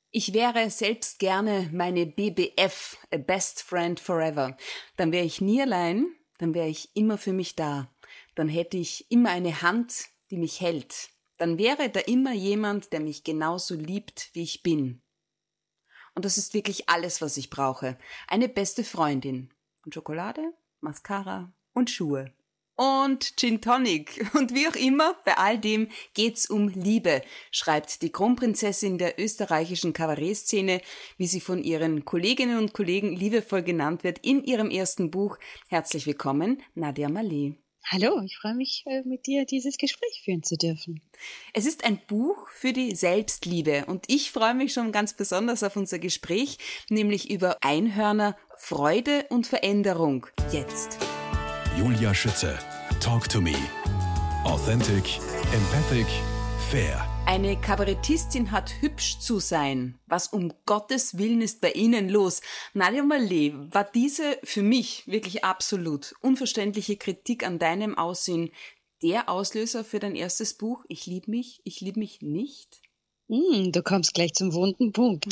Ich wäre selbst gerne meine BBF, a Best Friend Forever. Dann wäre ich nie allein, dann wäre ich immer für mich da. Dann hätte ich immer eine Hand, die mich hält. Dann wäre da immer jemand, der mich genauso liebt, wie ich bin. Und das ist wirklich alles, was ich brauche. Eine beste Freundin. Und Schokolade, Mascara und Schuhe. Und Gin Tonic. Und wie auch immer, bei all dem geht's um Liebe, schreibt die Kronprinzessin der österreichischen Kabarettszene, wie sie von ihren Kolleginnen und Kollegen liebevoll genannt wird, in ihrem ersten Buch. Herzlich willkommen, Nadia Malé. Hallo, ich freue mich, mit dir dieses Gespräch führen zu dürfen. Es ist ein Buch für die Selbstliebe und ich freue mich schon ganz besonders auf unser Gespräch, nämlich über Einhörner, Freude und Veränderung. Jetzt. Julia Schütze, Talk to Me. Authentic, empathic, fair. Eine Kabarettistin hat hübsch zu sein. Was um Gottes Willen ist bei Ihnen los? Nadia Malé, war diese für mich wirklich absolut unverständliche Kritik an deinem Aussehen der Auslöser für dein erstes Buch? Ich liebe mich nicht? Du kommst gleich zum wunden Punkt.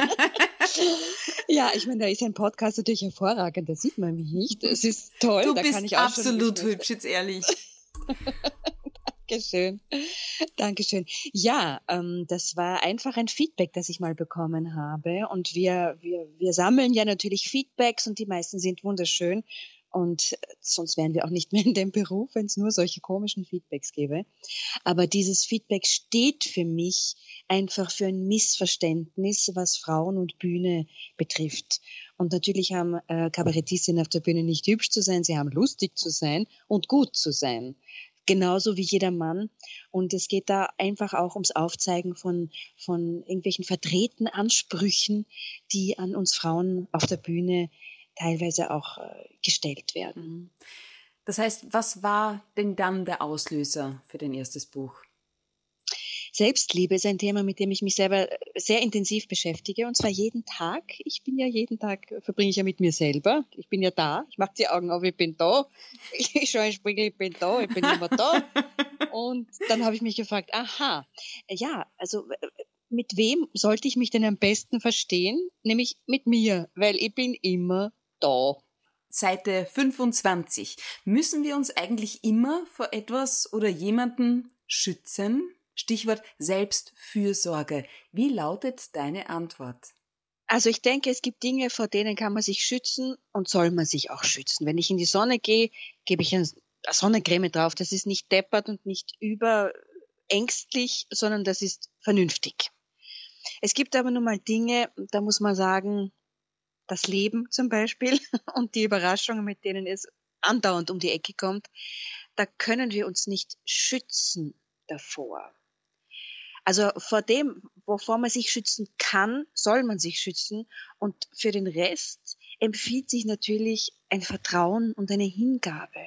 Ja, ich meine, da ist ein Podcast natürlich hervorragend, da sieht man mich nicht. Es ist toll. Du da bist kann ich auch absolut schon hübsch, jetzt ehrlich. Dankeschön. Dankeschön. Ja, das war einfach ein Feedback, das ich mal bekommen habe. Und wir sammeln ja natürlich Feedbacks und die meisten sind wunderschön. Und sonst wären wir auch nicht mehr in dem Beruf, wenn es nur solche komischen Feedbacks gäbe. Aber dieses Feedback steht für mich einfach für ein Missverständnis, was Frauen und Bühne betrifft. Und natürlich haben Kabarettistinnen auf der Bühne nicht hübsch zu sein, sie haben lustig zu sein und gut zu sein. Genauso wie jeder Mann. Und es geht da einfach auch ums Aufzeigen von irgendwelchen verdrehten Ansprüchen, die an uns Frauen auf der Bühne teilweise auch gestellt werden. Das heißt, was war denn dann der Auslöser für dein erstes Buch? Selbstliebe ist ein Thema, mit dem ich mich selber sehr intensiv beschäftige, und zwar jeden Tag. Verbringe ich ja mit mir selber. Ich bin ja da, ich mache die Augen auf, ich bin da. Ich schaue in den Spiegel, ich bin da, ich bin immer da. Und dann habe ich mich gefragt, mit wem sollte ich mich denn am besten verstehen? Nämlich mit mir, weil ich bin immer da. Seite 25. Müssen wir uns eigentlich immer vor etwas oder jemanden schützen? Stichwort Selbstfürsorge. Wie lautet deine Antwort? Also ich denke, es gibt Dinge, vor denen kann man sich schützen und soll man sich auch schützen. Wenn ich in die Sonne gehe, gebe ich eine Sonnencreme drauf. Das ist nicht deppert und nicht überängstlich, sondern das ist vernünftig. Es gibt aber nun mal Dinge, da muss man sagen, das Leben zum Beispiel und die Überraschungen, mit denen es andauernd um die Ecke kommt, da können wir uns nicht schützen davor. Also vor dem, wovor man sich schützen kann, soll man sich schützen. Und für den Rest empfiehlt sich natürlich ein Vertrauen und eine Hingabe.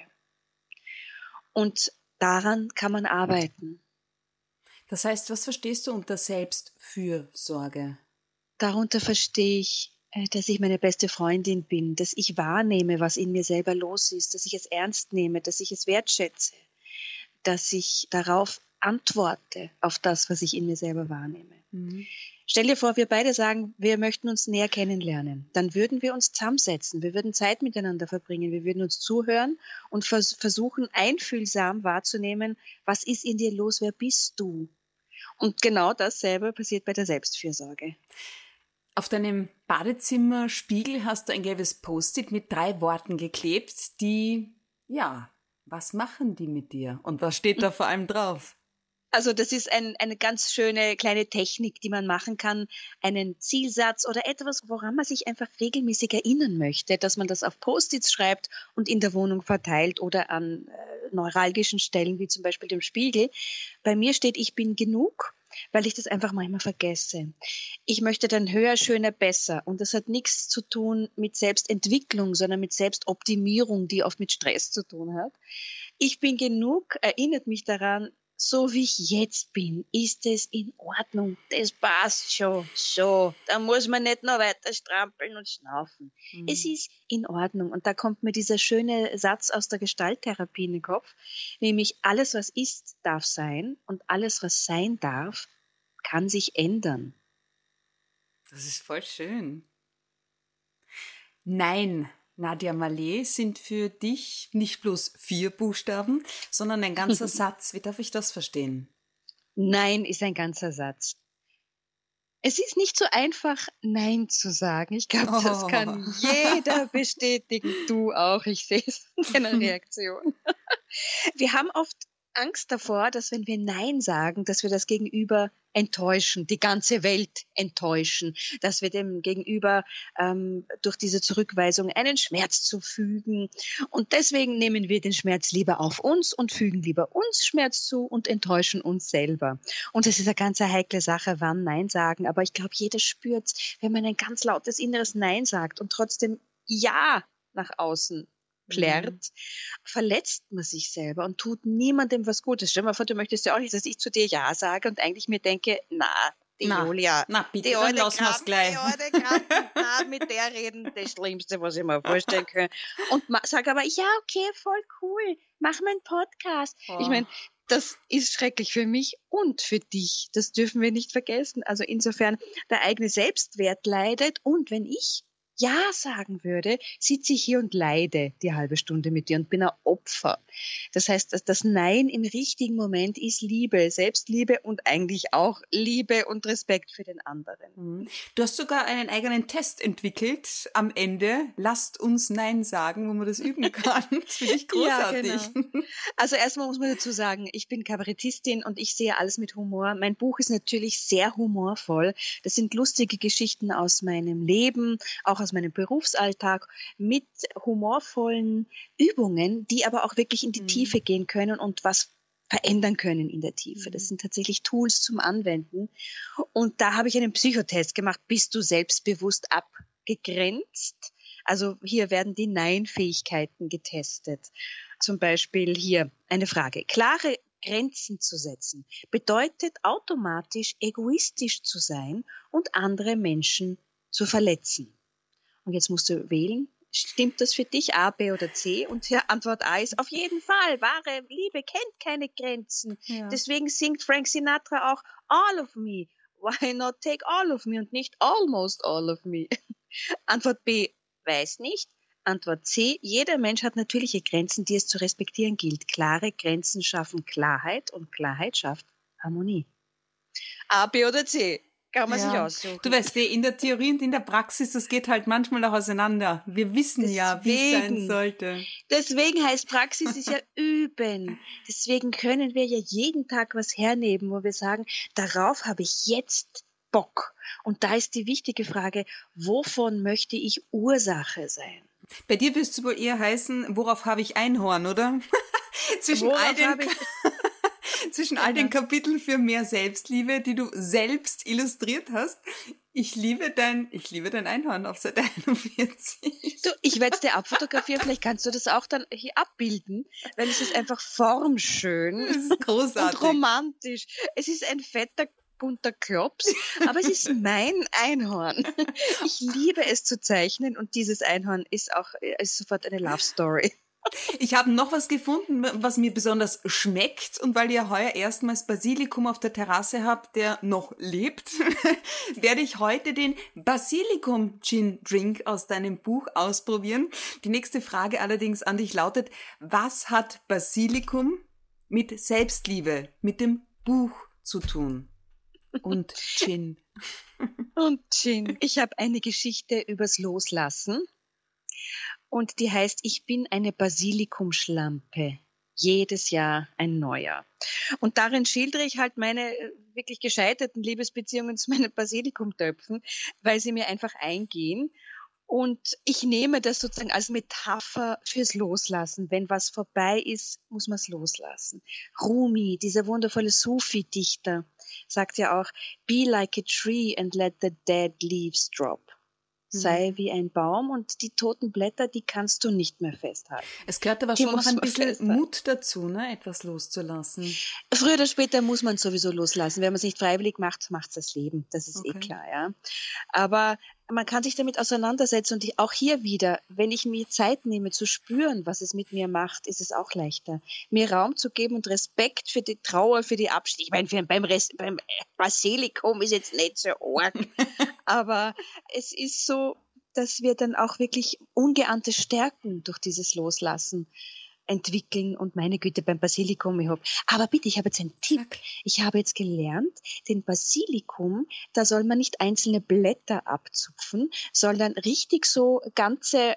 Und daran kann man arbeiten. Das heißt, was verstehst du unter Selbstfürsorge? Darunter verstehe ich, dass ich meine beste Freundin bin, dass ich wahrnehme, was in mir selber los ist, dass ich es ernst nehme, dass ich es wertschätze, dass ich darauf antworte auf das, was ich in mir selber wahrnehme. Stell dir vor, wir beide sagen, wir möchten uns näher kennenlernen. Dann würden wir uns zusammensetzen, wir würden Zeit miteinander verbringen, wir würden uns zuhören und versuchen, einfühlsam wahrzunehmen, was ist in dir los, wer bist du? Und genau dasselbe passiert bei der Selbstfürsorge. Auf deinem Badezimmerspiegel hast du ein gelbes Post-it mit 3 Worten geklebt, die, was machen die mit dir? Und was steht da vor allem drauf? Also das ist eine ganz schöne kleine Technik, die man machen kann, einen Zielsatz oder etwas, woran man sich einfach regelmäßig erinnern möchte, dass man das auf Post-its schreibt und in der Wohnung verteilt oder an neuralgischen Stellen, wie zum Beispiel dem Spiegel. Bei mir steht, ich bin genug, weil ich das einfach manchmal vergesse. Ich möchte dann höher, schöner, besser. Und das hat nichts zu tun mit Selbstentwicklung, sondern mit Selbstoptimierung, die oft mit Stress zu tun hat. Ich bin genug erinnert mich daran, so wie ich jetzt bin, ist es in Ordnung. Das passt schon. So, da muss man nicht noch weiter strampeln und schnaufen. Es ist in Ordnung. Und da kommt mir dieser schöne Satz aus der Gestalttherapie in den Kopf, nämlich alles, was ist, darf sein und alles, was sein darf, kann sich ändern. Das ist voll schön. Nein, Nadia Malé, sind für dich nicht bloß 4 Buchstaben, sondern ein ganzer Satz. Wie darf ich das verstehen? Nein ist ein ganzer Satz. Es ist nicht so einfach, Nein zu sagen. Ich glaube, das kann jeder bestätigen. Du auch, ich sehe es in deiner Reaktion. Wir haben oft Angst davor, dass wenn wir Nein sagen, dass wir das Gegenüber enttäuschen, die ganze Welt enttäuschen, dass wir dem Gegenüber durch diese Zurückweisung einen Schmerz zufügen. Und deswegen nehmen wir den Schmerz lieber auf uns und fügen lieber uns Schmerz zu und enttäuschen uns selber. Und es ist eine ganz heikle Sache, wann Nein sagen. Aber ich glaube, jeder spürt, wenn man ein ganz lautes inneres Nein sagt und trotzdem Ja nach außen plärrt, verletzt man sich selber und tut niemandem was Gutes. Stell dir mal vor, du möchtest ja auch nicht, dass ich zu dir Ja sage und eigentlich mir denke, Julia, bitte, dann lassen wir es gleich. Die alte Krankenkasse, mit der reden, das Schlimmste, was ich mir vorstellen kann. Und sage aber, ja, okay, voll cool, mach mal einen Podcast. Ich meine, das ist schrecklich für mich und für dich. Das dürfen wir nicht vergessen. Also insofern, der eigene Selbstwert leidet und wenn ich Ja sagen würde, sitze ich hier und leide die halbe Stunde mit dir und bin ein Opfer. Das heißt, dass das Nein im richtigen Moment ist Liebe, Selbstliebe und eigentlich auch Liebe und Respekt für den anderen. Du hast sogar einen eigenen Test entwickelt am Ende. Lasst uns Nein sagen, wo man das üben kann. Das finde ich großartig. Ja, genau. Also erstmal muss man dazu sagen, ich bin Kabarettistin und ich sehe alles mit Humor. Mein Buch ist natürlich sehr humorvoll. Das sind lustige Geschichten aus meinem Leben, auch aus meinem Berufsalltag mit humorvollen Übungen, die aber auch wirklich in die Tiefe gehen können und was verändern können in der Tiefe. Das sind tatsächlich Tools zum Anwenden. Und da habe ich einen Psychotest gemacht. Bist du selbstbewusst abgegrenzt? Also hier werden die Nein-Fähigkeiten getestet. Zum Beispiel hier eine Frage. Klare Grenzen zu setzen bedeutet automatisch egoistisch zu sein und andere Menschen zu verletzen. Und jetzt musst du wählen, stimmt das für dich, A, B oder C? Und die Antwort A ist auf jeden Fall. Wahre Liebe kennt keine Grenzen. Ja. Deswegen singt Frank Sinatra auch All of Me. Why not take all of me und nicht almost all of me? Antwort B, weiß nicht. Antwort C, jeder Mensch hat natürliche Grenzen, die es zu respektieren gilt. Klare Grenzen schaffen Klarheit und Klarheit schafft Harmonie. A, B oder C? Kann man sich aussuchen. Du weißt, in der Theorie und in der Praxis, das geht halt manchmal auch auseinander. Wir wissen wie es sein sollte. Deswegen heißt Praxis ist ja üben. Deswegen können wir ja jeden Tag was hernehmen, wo wir sagen, darauf habe ich jetzt Bock. Und da ist die wichtige Frage, wovon möchte ich Ursache sein? Bei dir wirst du wohl eher heißen, worauf habe ich Einhorn, oder? Zwischen all den Kapiteln für mehr Selbstliebe, die du selbst illustriert hast. Ich liebe dein Einhorn auf Seite 41. Du, ich werde es dir abfotografieren, vielleicht kannst du das auch dann hier abbilden, weil es ist einfach formschön. Es ist großartig. Und romantisch. Es ist ein fetter, bunter Klops, aber es ist mein Einhorn. Ich liebe es zu zeichnen und dieses Einhorn ist sofort eine Love Story. Ich habe noch was gefunden, was mir besonders schmeckt und weil ihr heuer erstmals Basilikum auf der Terrasse habt, der noch lebt, werde ich heute den Basilikum Gin Drink aus deinem Buch ausprobieren. Die nächste Frage allerdings an dich lautet, was hat Basilikum mit Selbstliebe, mit dem Buch zu tun? Und Gin. Und Gin. Ich habe eine Geschichte übers Loslassen. Und die heißt, ich bin eine Basilikumschlampe. Jedes Jahr ein neuer. Und darin schildere ich halt meine wirklich gescheiterten Liebesbeziehungen zu meinen Basilikumtöpfen, weil sie mir einfach eingehen. Und ich nehme das sozusagen als Metapher fürs Loslassen. Wenn was vorbei ist, muss man es loslassen. Rumi, dieser wundervolle Sufi-Dichter, sagt ja auch, be like a tree and let the dead leaves drop. Sei wie ein Baum und die toten Blätter, die kannst du nicht mehr festhalten. Es gehört aber schon noch ein bisschen Mut dazu, ne, etwas loszulassen. Früher oder später muss man es sowieso loslassen. Wenn man es nicht freiwillig macht, macht es das Leben. Das ist klar, ja. Aber man kann sich damit auseinandersetzen und auch hier wieder, wenn ich mir Zeit nehme zu spüren, was es mit mir macht, ist es auch leichter. Mir Raum zu geben und Respekt für die Trauer, für die Abschied. Ich meine, beim Basilikum ist jetzt nicht so arg, Aber es ist so, dass wir dann auch wirklich ungeahnte Stärken durch dieses Loslassen entwickeln. Und meine Güte, beim Basilikum, aber bitte, ich habe jetzt einen Tipp. Ich habe jetzt gelernt, den Basilikum, da soll man nicht einzelne Blätter abzupfen, sondern richtig so ganze,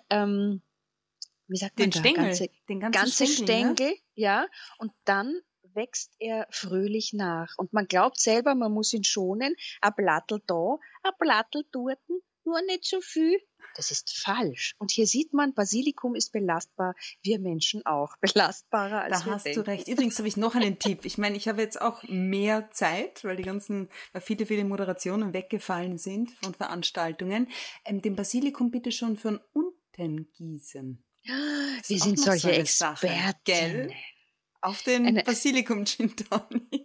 wie sagt man Den da? Stängel, den ganzen Stängel, ja. Und dann wächst er fröhlich nach. Und man glaubt selber, man muss ihn schonen. Ein Blattl da, ein Blattl dort, nur nicht so viel. Das ist falsch. Und hier sieht man, Basilikum ist belastbar, wir Menschen auch. Belastbarer als Da wir hast denken. du recht. Übrigens habe ich noch einen Tipp. Ich meine, ich habe jetzt auch mehr Zeit, weil viele Moderationen weggefallen sind von Veranstaltungen. Den Basilikum bitte schon von unten gießen. Wir auch sind noch solche so eine Sache, Experten. gell? Auf den Basilikum Gin Tonic.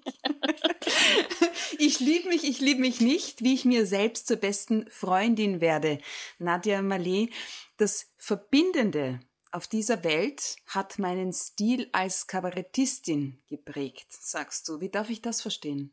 Ich liebe mich nicht, wie ich mir selbst zur besten Freundin werde. Nadia Malé, das Verbindende auf dieser Welt hat meinen Stil als Kabarettistin geprägt, sagst du. Wie darf ich das verstehen?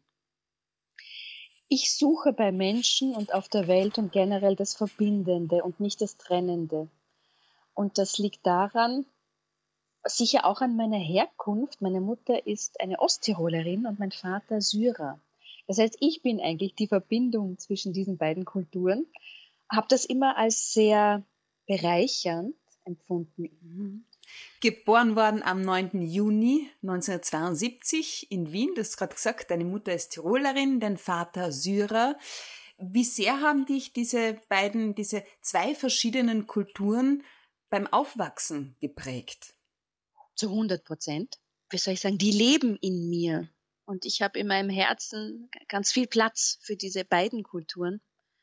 Ich suche bei Menschen und auf der Welt und generell das Verbindende und nicht das Trennende. Und das liegt daran, sicher auch an meiner Herkunft. Meine Mutter ist eine Osttirolerin und mein Vater Syrer. Das heißt, ich bin eigentlich die Verbindung zwischen diesen beiden Kulturen, habe das immer als sehr bereichernd empfunden. Geboren worden am 9. Juni 1972 in Wien. Du hast gerade gesagt, deine Mutter ist Tirolerin, dein Vater Syrer. Wie sehr haben dich diese zwei verschiedenen Kulturen beim Aufwachsen geprägt? Zu 100%. Wie soll ich sagen, die leben in mir. Und ich habe in meinem Herzen ganz viel Platz für diese beiden Kulturen.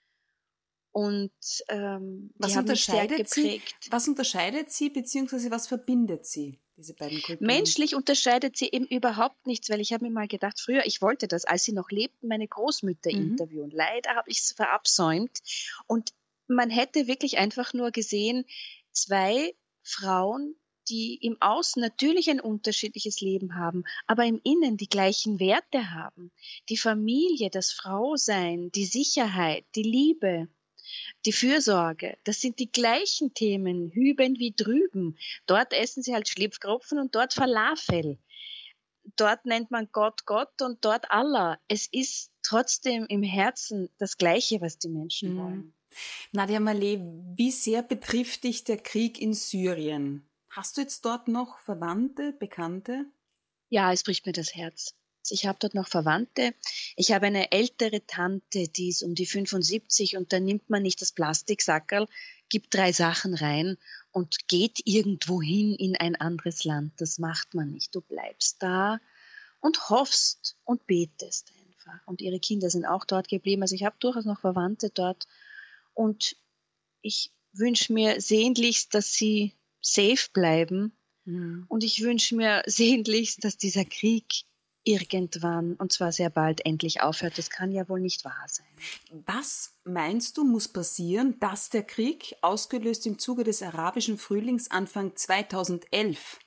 Und die haben mich sehr geprägt. Was unterscheidet sie, beziehungsweise was verbindet sie, diese beiden Kulturen? Menschlich unterscheidet sie eben überhaupt nichts, weil ich habe mir mal gedacht, früher, ich wollte das, als sie noch lebten, meine Großmütter interviewen. Leider habe ich es verabsäumt. Und man hätte wirklich einfach nur gesehen, zwei Frauen, die im Außen natürlich ein unterschiedliches Leben haben, aber im Innen die gleichen Werte haben. Die Familie, das Frausein, die Sicherheit, die Liebe, die Fürsorge, das sind die gleichen Themen, hüben wie drüben. Dort essen sie halt Schlipfkropfen und dort Falafel. Dort nennt man Gott Gott und dort Allah. Es ist trotzdem im Herzen das Gleiche, was die Menschen wollen. Nadia Malé, wie sehr betrifft dich der Krieg in Syrien? Hast du jetzt dort noch Verwandte, Bekannte? Ja, es bricht mir das Herz. Ich habe dort noch Verwandte. Ich habe eine ältere Tante, die ist um die 75 und da nimmt man nicht das Plastiksackerl, gibt 3 Sachen rein und geht irgendwo hin in ein anderes Land. Das macht man nicht. Du bleibst da und hoffst und betest einfach. Und ihre Kinder sind auch dort geblieben. Also ich habe durchaus noch Verwandte dort und ich wünsche mir sehnlichst, dass sie safe bleiben. Und ich wünsche mir sehnlichst, dass dieser Krieg irgendwann, und zwar sehr bald, endlich aufhört. Das kann ja wohl nicht wahr sein. Was meinst du, muss passieren, dass der Krieg, ausgelöst im Zuge des arabischen Frühlings Anfang 2011,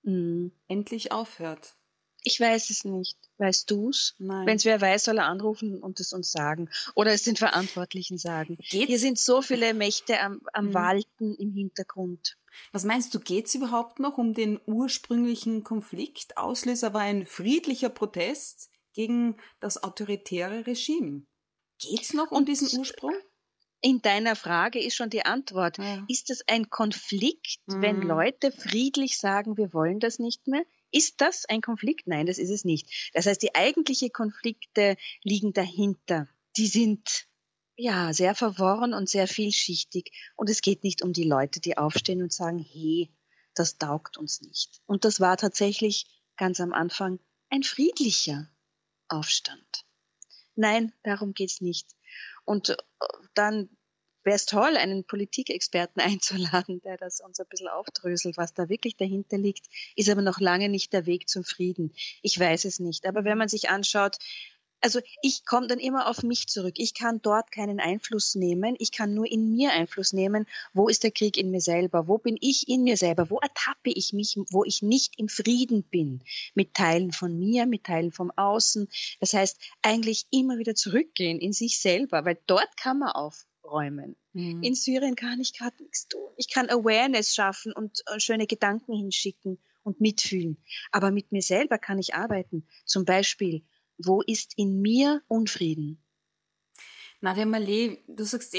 endlich aufhört? Ich weiß es nicht. Weißt du's? Nein. Wenn es wer weiß, soll er anrufen und es uns sagen. Oder es den Verantwortlichen sagen. Hier sind so viele Mächte am Walten im Hintergrund. Was meinst du, geht's überhaupt noch um den ursprünglichen Konflikt? Auslöser war ein friedlicher Protest gegen das autoritäre Regime. Geht's noch um diesen Ursprung? In deiner Frage ist schon die Antwort. Ja. Ist es ein Konflikt, wenn Leute friedlich sagen, wir wollen das nicht mehr? Ist das ein Konflikt? Nein, das ist es nicht. Das heißt, die eigentlichen Konflikte liegen dahinter. Die sind ja sehr verworren und sehr vielschichtig. Und es geht nicht um die Leute, die aufstehen und sagen, hey, das taugt uns nicht. Und das war tatsächlich ganz am Anfang ein friedlicher Aufstand. Nein, darum geht's nicht. Und dann wäre es toll, einen Politikexperten einzuladen, der das uns ein bisschen aufdröselt, was da wirklich dahinter liegt, ist aber noch lange nicht der Weg zum Frieden. Ich weiß es nicht. Aber wenn man sich anschaut, Also ich komme dann immer auf mich zurück. Ich kann dort keinen Einfluss nehmen. Ich kann nur in mir Einfluss nehmen. Wo ist der Krieg in mir selber? Wo bin ich in mir selber? Wo ertappe ich mich, wo ich nicht im Frieden bin? Mit Teilen von mir, mit Teilen vom Außen. Das heißt, eigentlich immer wieder zurückgehen in sich selber, weil dort kann man aufräumen. In Syrien kann ich gerade nichts tun. Ich kann Awareness schaffen und schöne Gedanken hinschicken und mitfühlen. Aber mit mir selber kann ich arbeiten. Zum Beispiel, wo ist in mir Unfrieden? Nadja Malé, du sagst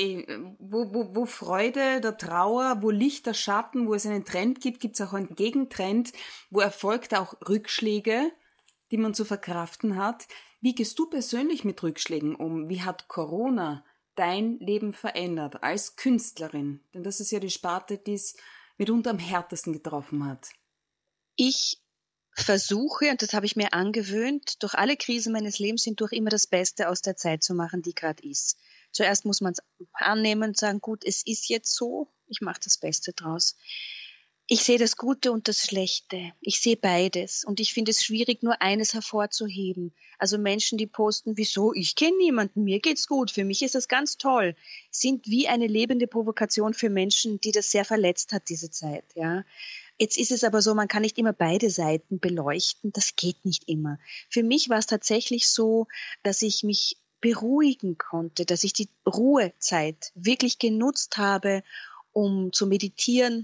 wo Freude, der Trauer, wo Licht, der Schatten, wo es einen Trend gibt, gibt es auch einen Gegentrend, wo erfolgt auch Rückschläge, die man zu verkraften hat. Wie gehst du persönlich mit Rückschlägen um? Wie hat Corona dein Leben verändert als Künstlerin? Denn das ist ja die Sparte, die es mitunter am härtesten getroffen hat. Ich versuche, und das habe ich mir angewöhnt, durch alle Krisen meines Lebens hindurch immer das Beste aus der Zeit zu machen, die gerade ist. Zuerst muss man es annehmen und sagen, gut, es ist jetzt so, ich mache das Beste draus. Ich sehe das Gute und das Schlechte. Ich sehe beides. Und ich finde es schwierig, nur eines hervorzuheben. Also Menschen, die posten, wieso, ich kenne niemanden, mir geht's gut, für mich ist das ganz toll, sind wie eine lebende Provokation für Menschen, die das sehr verletzt hat, diese Zeit, ja. Jetzt ist es aber so, man kann nicht immer beide Seiten beleuchten. Das geht nicht immer. Für mich war es tatsächlich so, dass ich mich beruhigen konnte, dass ich die Ruhezeit wirklich genutzt habe, um zu meditieren,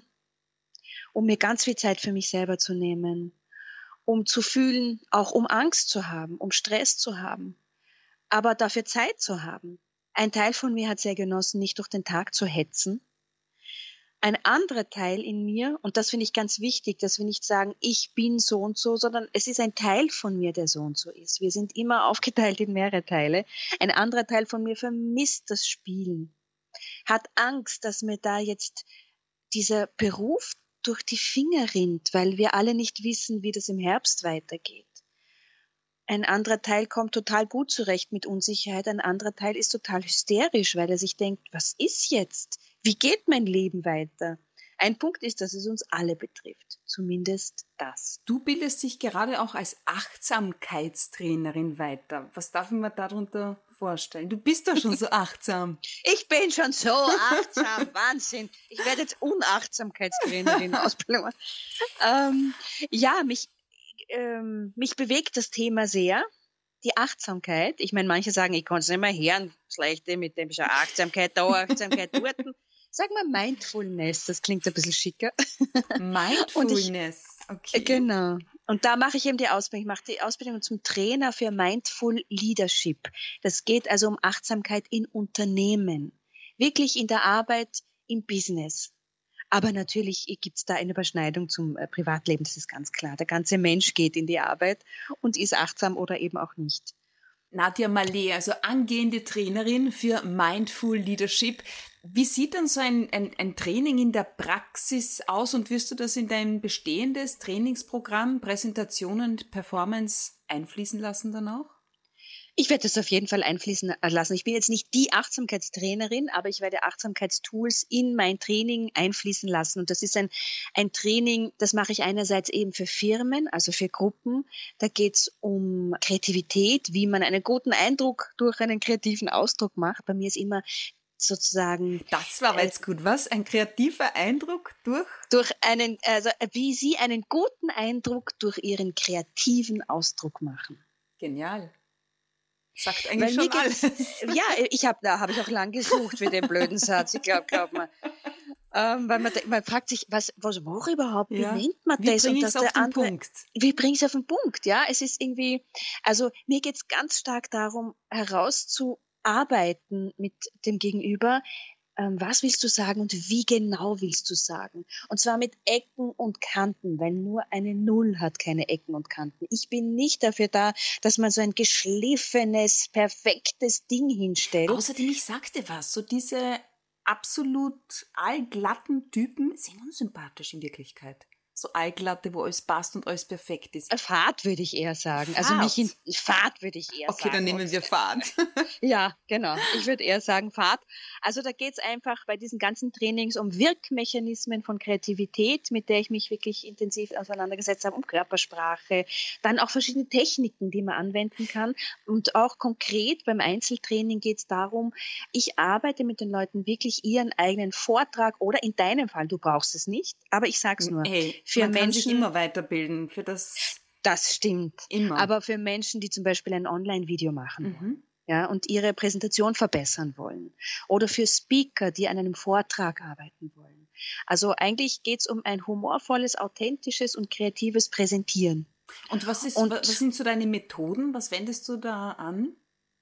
um mir ganz viel Zeit für mich selber zu nehmen, um zu fühlen, auch um Angst zu haben, um Stress zu haben, aber dafür Zeit zu haben. Ein Teil von mir hat sehr genossen, nicht durch den Tag zu hetzen. Ein anderer Teil in mir, und das finde ich ganz wichtig, dass wir nicht sagen, ich bin so und so, sondern es ist ein Teil von mir, der so und so ist. Wir sind immer aufgeteilt in mehrere Teile. Ein anderer Teil von mir vermisst das Spielen, hat Angst, dass mir da jetzt dieser Beruf durch die Finger rinnt, weil wir alle nicht wissen, wie das im Herbst weitergeht. Ein anderer Teil kommt total gut zurecht mit Unsicherheit, ein anderer Teil ist total hysterisch, weil er sich denkt, was ist jetzt? Wie geht mein Leben weiter? Ein Punkt ist, dass es uns alle betrifft, zumindest das. Du bildest dich gerade auch als Achtsamkeitstrainerin weiter. Was darf man darunter vorstellen? Du bist doch schon so achtsam. Ich bin schon so achtsam, Wahnsinn. Ich werde jetzt Unachtsamkeitstrainerin Ausbildung. Mich bewegt das Thema sehr, die Achtsamkeit. Ich meine, manche sagen, ich kann es nicht mehr hören, schlechte mit dem schon Achtsamkeit da, Achtsamkeit dort. Sag mal Mindfulness, das klingt ein bisschen schicker. Mindfulness, okay. Genau. Und da mache ich eben die Ausbildung. Ich mache die Ausbildung zum Trainer für Mindful Leadership. Das geht also um Achtsamkeit in Unternehmen. Wirklich in der Arbeit, im Business. Aber natürlich gibt es da eine Überschneidung zum Privatleben, das ist ganz klar. Der ganze Mensch geht in die Arbeit und ist achtsam oder eben auch nicht. Nadja Malé, also angehende Trainerin für Mindful Leadership. Wie sieht dann so ein Training in der Praxis aus und wirst du das in dein bestehendes Trainingsprogramm, Präsentationen, Performance einfließen lassen dann auch? Ich werde das auf jeden Fall einfließen lassen. Ich bin jetzt nicht die Achtsamkeitstrainerin, aber ich werde Achtsamkeitstools in mein Training einfließen lassen. Und das ist ein Training, das mache ich einerseits eben für Firmen, also für Gruppen. Da geht's um Kreativität, wie man einen guten Eindruck durch einen kreativen Ausdruck macht. Bei mir ist immer sozusagen... Das war jetzt gut. Was? Ein kreativer Eindruck durch einen, also wie Sie einen guten Eindruck durch Ihren kreativen Ausdruck machen. Genial. Sagt eigentlich schon alles. Ja, da habe ich auch lang gesucht für den blöden Satz. Ich glaub mal. Weil man fragt sich, was überhaupt, wie nennt man das? Wie bringe ich es auf den Punkt? Wie bringe ich es auf den Punkt? Ja, es ist irgendwie, also mir geht es ganz stark darum, herauszuarbeiten mit dem Gegenüber, was willst du sagen und wie genau willst du sagen? Und zwar mit Ecken und Kanten, weil nur eine Null hat keine Ecken und Kanten. Ich bin nicht dafür da, dass man so ein geschliffenes, perfektes Ding hinstellt. Außerdem, ich sagte was, so diese absolut allglatten Typen sind unsympathisch in Wirklichkeit. So Aalglatte, wo alles passt und alles perfekt ist. Fahrt würde ich eher sagen. Fahrt? Also nicht in Fahrt würde ich eher sagen. Okay, dann nehmen wir Fahrt. Ja, genau. Ich würde eher sagen Fahrt. Also da geht es einfach bei diesen ganzen Trainings um Wirkmechanismen von Kreativität, mit der ich mich wirklich intensiv auseinandergesetzt habe, um Körpersprache, dann auch verschiedene Techniken, die man anwenden kann. Und auch konkret beim Einzeltraining geht es darum, ich arbeite mit den Leuten wirklich ihren eigenen Vortrag oder in deinem Fall, du brauchst es nicht, aber ich sage es nur. Hey, für man kann Menschen, sich immer weiterbilden. Für das stimmt. immer. Aber für Menschen, die zum Beispiel ein Online-Video machen wollen, ja, und ihre Präsentation verbessern wollen. Oder für Speaker, die an einem Vortrag arbeiten wollen. Also eigentlich geht es um ein humorvolles, authentisches und kreatives Präsentieren. Und was sind so deine Methoden? Was wendest du da an?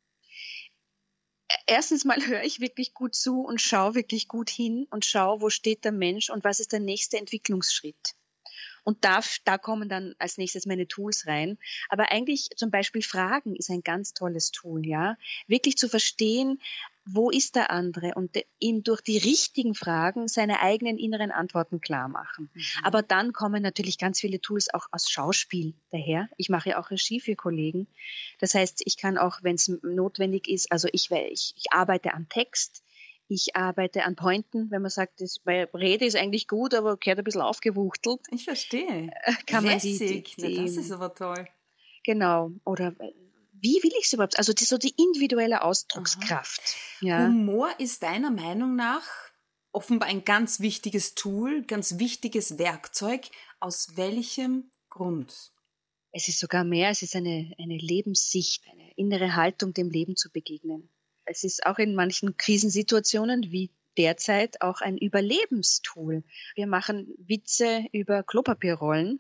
Erstens mal höre ich wirklich gut zu und schaue wirklich gut hin und schaue, wo steht der Mensch und was ist der nächste Entwicklungsschritt. Und da kommen dann als nächstes meine Tools rein. Aber eigentlich zum Beispiel Fragen ist ein ganz tolles Tool, ja. Wirklich zu verstehen, wo ist der andere und ihm durch die richtigen Fragen seine eigenen inneren Antworten klar machen. Aber dann kommen natürlich ganz viele Tools auch aus Schauspiel daher. Ich mache ja auch Regie für Kollegen. Das heißt, ich kann auch, wenn es notwendig ist, also ich arbeite am Text. Ich arbeite an Pointen, wenn man sagt, meine Rede ist eigentlich gut, aber gehört ein bisschen aufgewuchtelt. Ich verstehe. Kann man Lässig. Das ist aber toll. Genau. Oder wie will ich es überhaupt? Also so die individuelle Ausdruckskraft. Ja. Humor ist deiner Meinung nach offenbar ein ganz wichtiges Tool, ganz wichtiges Werkzeug. Aus welchem Grund? Es ist sogar mehr, es ist eine Lebenssicht, eine innere Haltung, dem Leben zu begegnen. Es ist auch in manchen Krisensituationen wie derzeit auch ein Überlebenstool. Wir machen Witze über Klopapierrollen,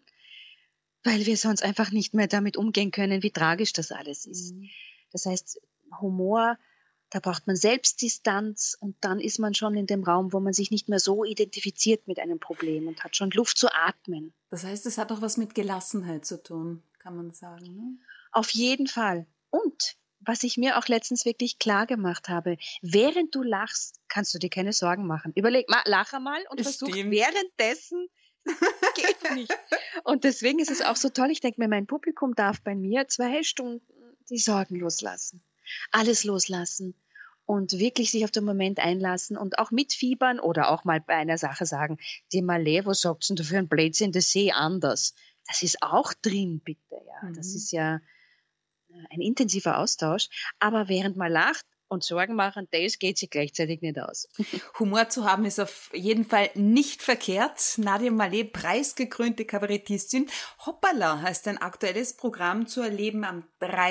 weil wir sonst einfach nicht mehr damit umgehen können, wie tragisch das alles ist. Das heißt, Humor, da braucht man Selbstdistanz und dann ist man schon in dem Raum, wo man sich nicht mehr so identifiziert mit einem Problem und hat schon Luft zu atmen. Das heißt, es hat auch was mit Gelassenheit zu tun, kann man sagen, ne? Auf jeden Fall. Und was ich mir auch letztens wirklich klar gemacht habe, während du lachst, kannst du dir keine Sorgen machen. Überleg mal, lach einmal und versuch währenddessen, geht nicht. Und deswegen ist es auch so toll, ich denke mir, mein Publikum darf bei mir 2 Stunden die Sorgen loslassen. Alles loslassen und wirklich sich auf den Moment einlassen und auch mitfiebern oder auch mal bei einer Sache sagen, die Malé, was sagst du für ein Blödsinn, das sehe ich anders. Das ist auch drin, bitte, ja. Das ist ja ein intensiver Austausch, aber während man lacht und Sorgen machen, das geht sich gleichzeitig nicht aus. Humor zu haben ist auf jeden Fall nicht verkehrt. Nadia Malé, preisgekrönte Kabarettistin. Hoppala heißt ein aktuelles Programm zu erleben am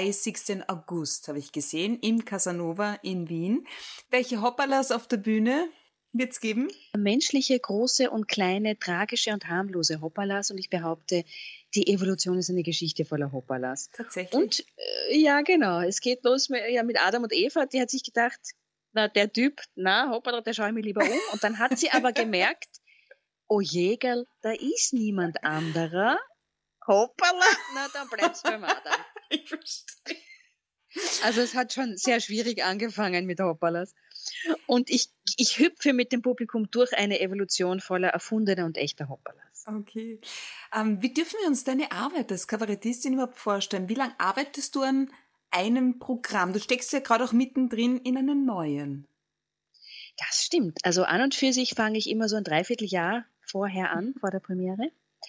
30. August, habe ich gesehen, im Casanova in Wien. Welche Hoppalas auf der Bühne wird's geben? Menschliche, große und kleine, tragische und harmlose Hoppalas und ich behaupte, die Evolution ist eine Geschichte voller Hoppalas. Tatsächlich? Und ja, genau, es geht los mit Adam und Eva, die hat sich gedacht, na, der Typ, hoppala, der schaue ich mir lieber um. Und dann hat sie aber gemerkt, oh Jägerl, da ist niemand anderer. Hoppala, na, dann bleibst du beim Adam. Ich verstehe. Also es hat schon sehr schwierig angefangen mit Hoppalas. Und ich hüpfe mit dem Publikum durch eine Evolution voller erfundener und echter Hoppalas. Okay. Wie dürfen wir uns deine Arbeit als Kabarettistin überhaupt vorstellen? Wie lange arbeitest du an einem Programm? Du steckst ja gerade auch mittendrin in einem neuen. Das stimmt. Also an und für sich fange ich immer so ein Dreivierteljahr vorher an, vor der Premiere.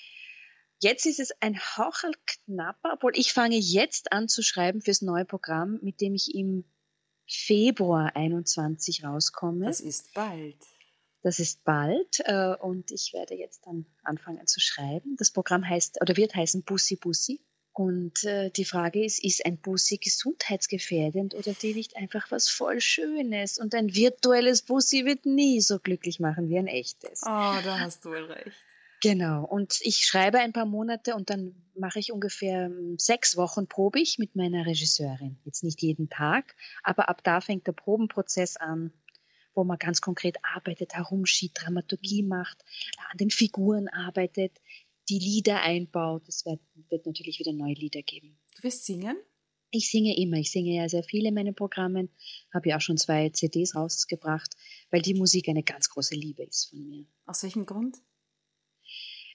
Jetzt ist es ein Haucherl knapper, obwohl ich fange jetzt an zu schreiben fürs neue Programm, mit dem ich im Februar 21 rauskomme. Das ist bald. Das ist bald und ich werde jetzt dann anfangen zu schreiben. Das Programm wird heißen Bussi Bussi. Und die Frage ist ein Bussi gesundheitsgefährdend oder die nicht einfach was voll Schönes? Und ein virtuelles Bussi wird nie so glücklich machen wie ein echtes. Oh, da hast du wohl recht. Genau. Und ich schreibe ein paar Monate und dann mache ich ungefähr 6 Wochen probe ich mit meiner Regisseurin. Jetzt nicht jeden Tag, aber ab da fängt der Probenprozess an, wo man ganz konkret arbeitet, herumschiebt, Dramaturgie macht, an den Figuren arbeitet, die Lieder einbaut. Es wird natürlich wieder neue Lieder geben. Du wirst singen? Ich singe immer. Ich singe ja sehr viel in meinen Programmen. Habe ja auch schon 2 CDs rausgebracht, weil die Musik eine ganz große Liebe ist von mir. Aus welchem Grund?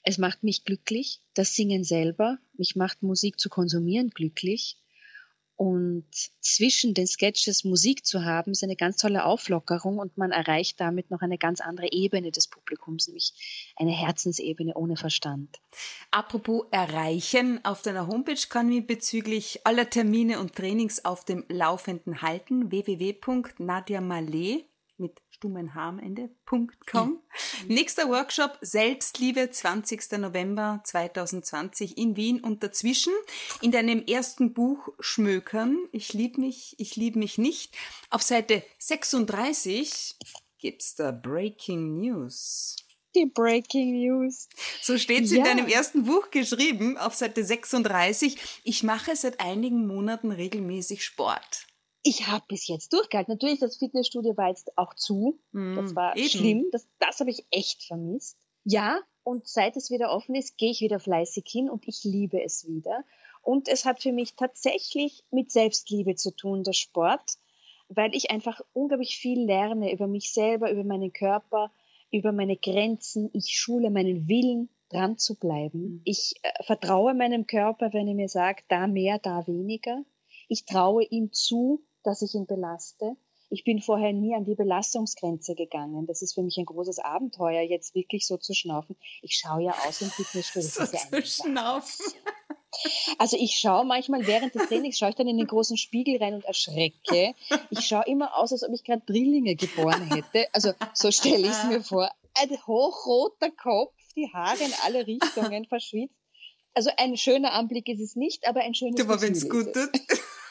Es macht mich glücklich, das Singen selber. Mich macht Musik zu konsumieren glücklich. Und zwischen den Sketches Musik zu haben, ist eine ganz tolle Auflockerung und man erreicht damit noch eine ganz andere Ebene des Publikums, nämlich eine Herzensebene ohne Verstand. Apropos erreichen, auf deiner Homepage kann ich bezüglich aller Termine und Trainings auf dem Laufenden halten, www.nadiamalé mit stummen H am Ende.com. Nächster Workshop Selbstliebe, 20. November 2020 in Wien und dazwischen in deinem ersten Buch Schmökern, ich lieb mich nicht. Auf Seite 36 gibt's da Breaking News. Die Breaking News. So steht's in deinem ersten Buch geschrieben, auf Seite 36. Ich mache seit einigen Monaten regelmäßig Sport. Ich habe bis jetzt durchgehalten. Natürlich, das Fitnessstudio war jetzt auch zu. Das war schlimm. Das habe ich echt vermisst. Ja, und seit es wieder offen ist, gehe ich wieder fleißig hin und ich liebe es wieder. Und es hat für mich tatsächlich mit Selbstliebe zu tun, der Sport, weil ich einfach unglaublich viel lerne über mich selber, über meinen Körper, über meine Grenzen. Ich schule meinen Willen, dran zu bleiben. Ich vertraue meinem Körper, wenn er mir sagt, da mehr, da weniger. Ich traue ihm zu, dass ich ihn belaste. Ich bin vorher nie an die Belastungsgrenze gegangen. Das ist für mich ein großes Abenteuer, jetzt wirklich so zu schnaufen. Ich schaue ja aus im Fitnessstudio. So zu schnaufen. Also ich schaue manchmal während des Trainings, schaue ich dann in den großen Spiegel rein und erschrecke. Ich schaue immer aus, als ob ich gerade Drillinge geboren hätte. Also so stelle ich es mir vor. Ein hochroter Kopf, die Haare in alle Richtungen verschwitzt. Also ein schöner Anblick ist es nicht, aber ein schönes Gefühl. Aber wenn es gut tut.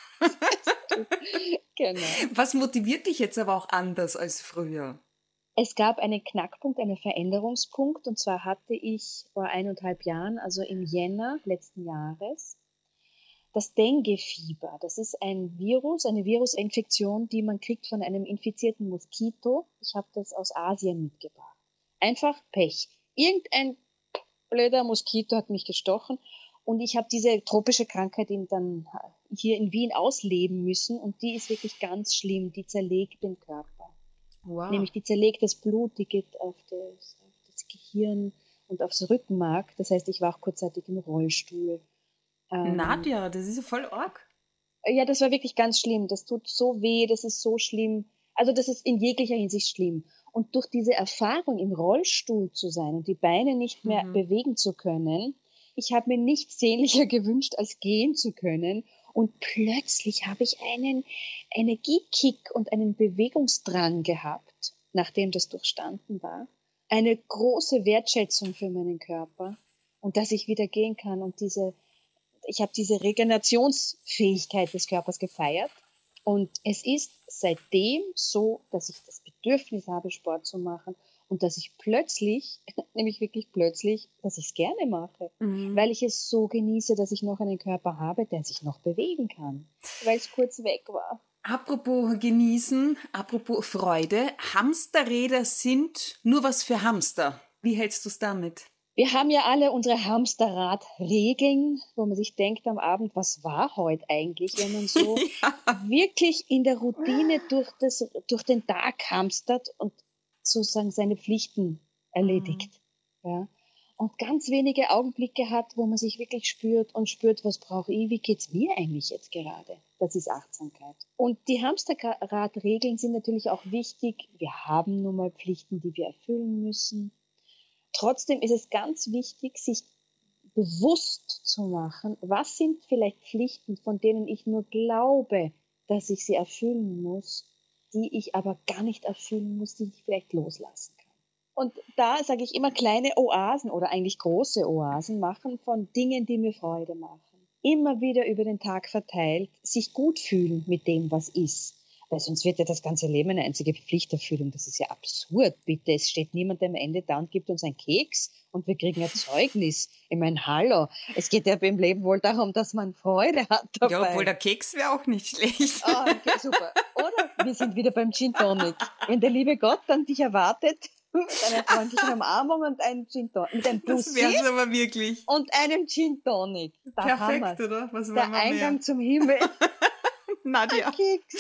Genau. Was motiviert dich jetzt aber auch anders als früher? Es gab einen Knackpunkt, einen Veränderungspunkt. Und zwar hatte ich vor 1,5 Jahren, also im Jänner letzten Jahres, das Dengue-Fieber. Das ist ein Virus, eine Virusinfektion, die man kriegt von einem infizierten Moskito. Ich habe das aus Asien mitgebracht. Einfach Pech. Irgendein blöder Moskito hat mich gestochen. Und ich habe diese tropische Krankheit dann hier in Wien ausleben müssen. Und die ist wirklich ganz schlimm. Die zerlegt den Körper. Wow. Nämlich die zerlegt das Blut, die geht auf das Gehirn und aufs Rückenmark. Das heißt, ich war auch kurzzeitig im Rollstuhl. Nadja, das ist ja voll arg. Ja, das war wirklich ganz schlimm. Das tut so weh, das ist so schlimm. Also das ist in jeglicher Hinsicht schlimm. Und durch diese Erfahrung, im Rollstuhl zu sein und die Beine nicht mehr bewegen zu können, ich habe mir nichts sehnlicher gewünscht, als gehen zu können. Und plötzlich habe ich einen Energiekick und einen Bewegungsdrang gehabt, nachdem das durchstanden war. Eine große Wertschätzung für meinen Körper und dass ich wieder gehen kann. Und ich habe diese Regenerationsfähigkeit des Körpers gefeiert. Und es ist seitdem so, dass ich das Bedürfnis habe, Sport zu machen. Und dass ich plötzlich, nämlich wirklich plötzlich, dass ich es gerne mache, weil ich es so genieße, dass ich noch einen Körper habe, der sich noch bewegen kann, weil es kurz weg war. Apropos genießen, apropos Freude, Hamsterräder sind nur was für Hamster. Wie hältst du es damit? Wir haben ja alle unsere Hamsterrad-Regeln, wo man sich denkt am Abend, was war heute eigentlich, wenn man so wirklich in der Routine durch den Tag hamstert und sozusagen seine Pflichten erledigt. Ja. Und ganz wenige Augenblicke hat, wo man sich wirklich spürt, was brauche ich, wie geht's mir eigentlich jetzt gerade? Das ist Achtsamkeit. Und die Hamsterradregeln sind natürlich auch wichtig. Wir haben nun mal Pflichten, die wir erfüllen müssen. Trotzdem ist es ganz wichtig, sich bewusst zu machen, was sind vielleicht Pflichten, von denen ich nur glaube, dass ich sie erfüllen muss, die ich aber gar nicht erfüllen muss, die ich vielleicht loslassen kann. Und da sage ich immer kleine Oasen oder eigentlich große Oasen machen von Dingen, die mir Freude machen. Immer wieder über den Tag verteilt, sich gut fühlen mit dem, was ist. Weil sonst wird ja das ganze Leben eine einzige Pflichterfüllung. Das ist ja absurd, bitte. Es steht niemand am Ende da und gibt uns einen Keks und wir kriegen ein Zeugnis. Ich meine, hallo. Es geht ja beim Leben wohl darum, dass man Freude hat dabei. Ja, obwohl der Keks wäre auch nicht schlecht. Ah, okay, super. Oder wir sind wieder beim Gin Tonic. Wenn der liebe Gott dann dich erwartet, mit einer freundlichen Umarmung und einem Gin Tonic. Mit einem Das Bussi wär's aber wirklich. und einem Gin Tonic. Da Perfekt, oder? Was der wollen wir Eingang mehr? zum Himmel. Nadja. Keks.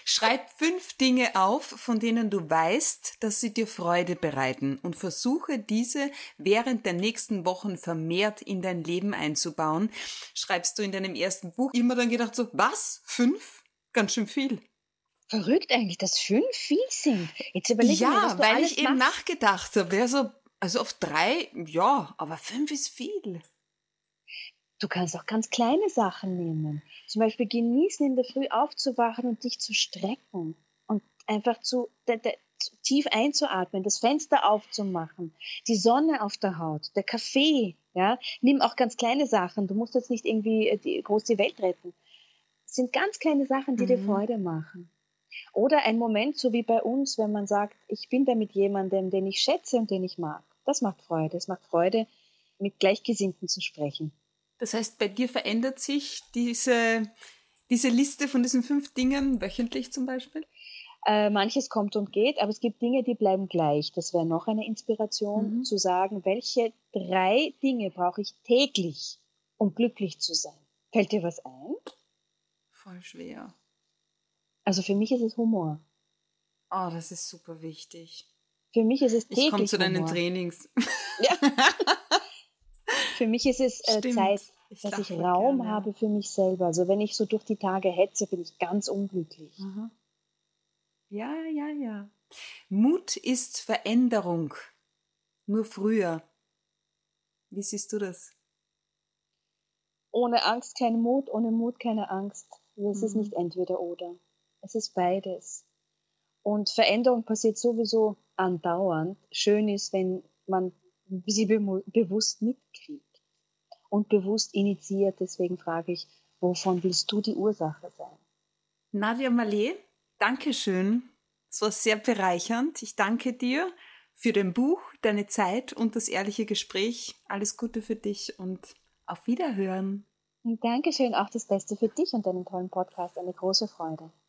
Schreib 5 Dinge auf, von denen du weißt, dass sie dir Freude bereiten und versuche diese während der nächsten Wochen vermehrt in dein Leben einzubauen. Schreibst du in deinem ersten Buch immer dann gedacht so, was? 5? Ganz schön viel. Verrückt eigentlich, dass 5 viel sind. Jetzt überlege mir, was Ja, du weil alles ich eben machst. nachgedacht habe, also auf 3, ja, aber 5 ist viel. Du kannst auch ganz kleine Sachen nehmen. Zum Beispiel genießen, in der Früh aufzuwachen und dich zu strecken und einfach zu tief einzuatmen, das Fenster aufzumachen, die Sonne auf der Haut, der Kaffee. Ja? Nimm auch ganz kleine Sachen. Du musst jetzt nicht irgendwie groß die Welt retten. Es sind ganz kleine Sachen, die dir Freude machen. Oder ein Moment, so wie bei uns, wenn man sagt, ich bin da mit jemandem, den ich schätze und den ich mag. Das macht Freude. Es macht Freude, mit Gleichgesinnten zu sprechen. Das heißt, bei dir verändert sich diese Liste von diesen 5 Dingen wöchentlich zum Beispiel? Manches kommt und geht, aber es gibt Dinge, die bleiben gleich. Das wäre noch eine Inspiration, zu sagen, welche 3 Dinge brauche ich täglich, um glücklich zu sein. Fällt dir was ein? Voll schwer. Also für mich ist es Humor. Oh, das ist super wichtig. Für mich ist es täglich Ich komme zu deinen Humor. Trainings. Ja. Für mich ist es Stimmt. Zeit, Ich dass lach ich voll Raum gern, ja. habe für mich selber. Also wenn ich so durch die Tage hetze, bin ich ganz unglücklich. Aha. Ja. Mut ist Veränderung. Nur früher. Wie siehst du das? Ohne Angst kein Mut, ohne Mut keine Angst. Es ist nicht entweder oder. Es ist beides. Und Veränderung passiert sowieso andauernd. Schön ist, wenn man sie bewusst mitkriegt und bewusst initiiert. Deswegen frage ich, wovon willst du die Ursache sein? Nadja Malé, danke schön. Es war sehr bereichernd. Ich danke dir für dein Buch, deine Zeit und das ehrliche Gespräch. Alles Gute für dich und auf Wiederhören. Und Dankeschön, auch das Beste für dich und deinen tollen Podcast. Eine große Freude.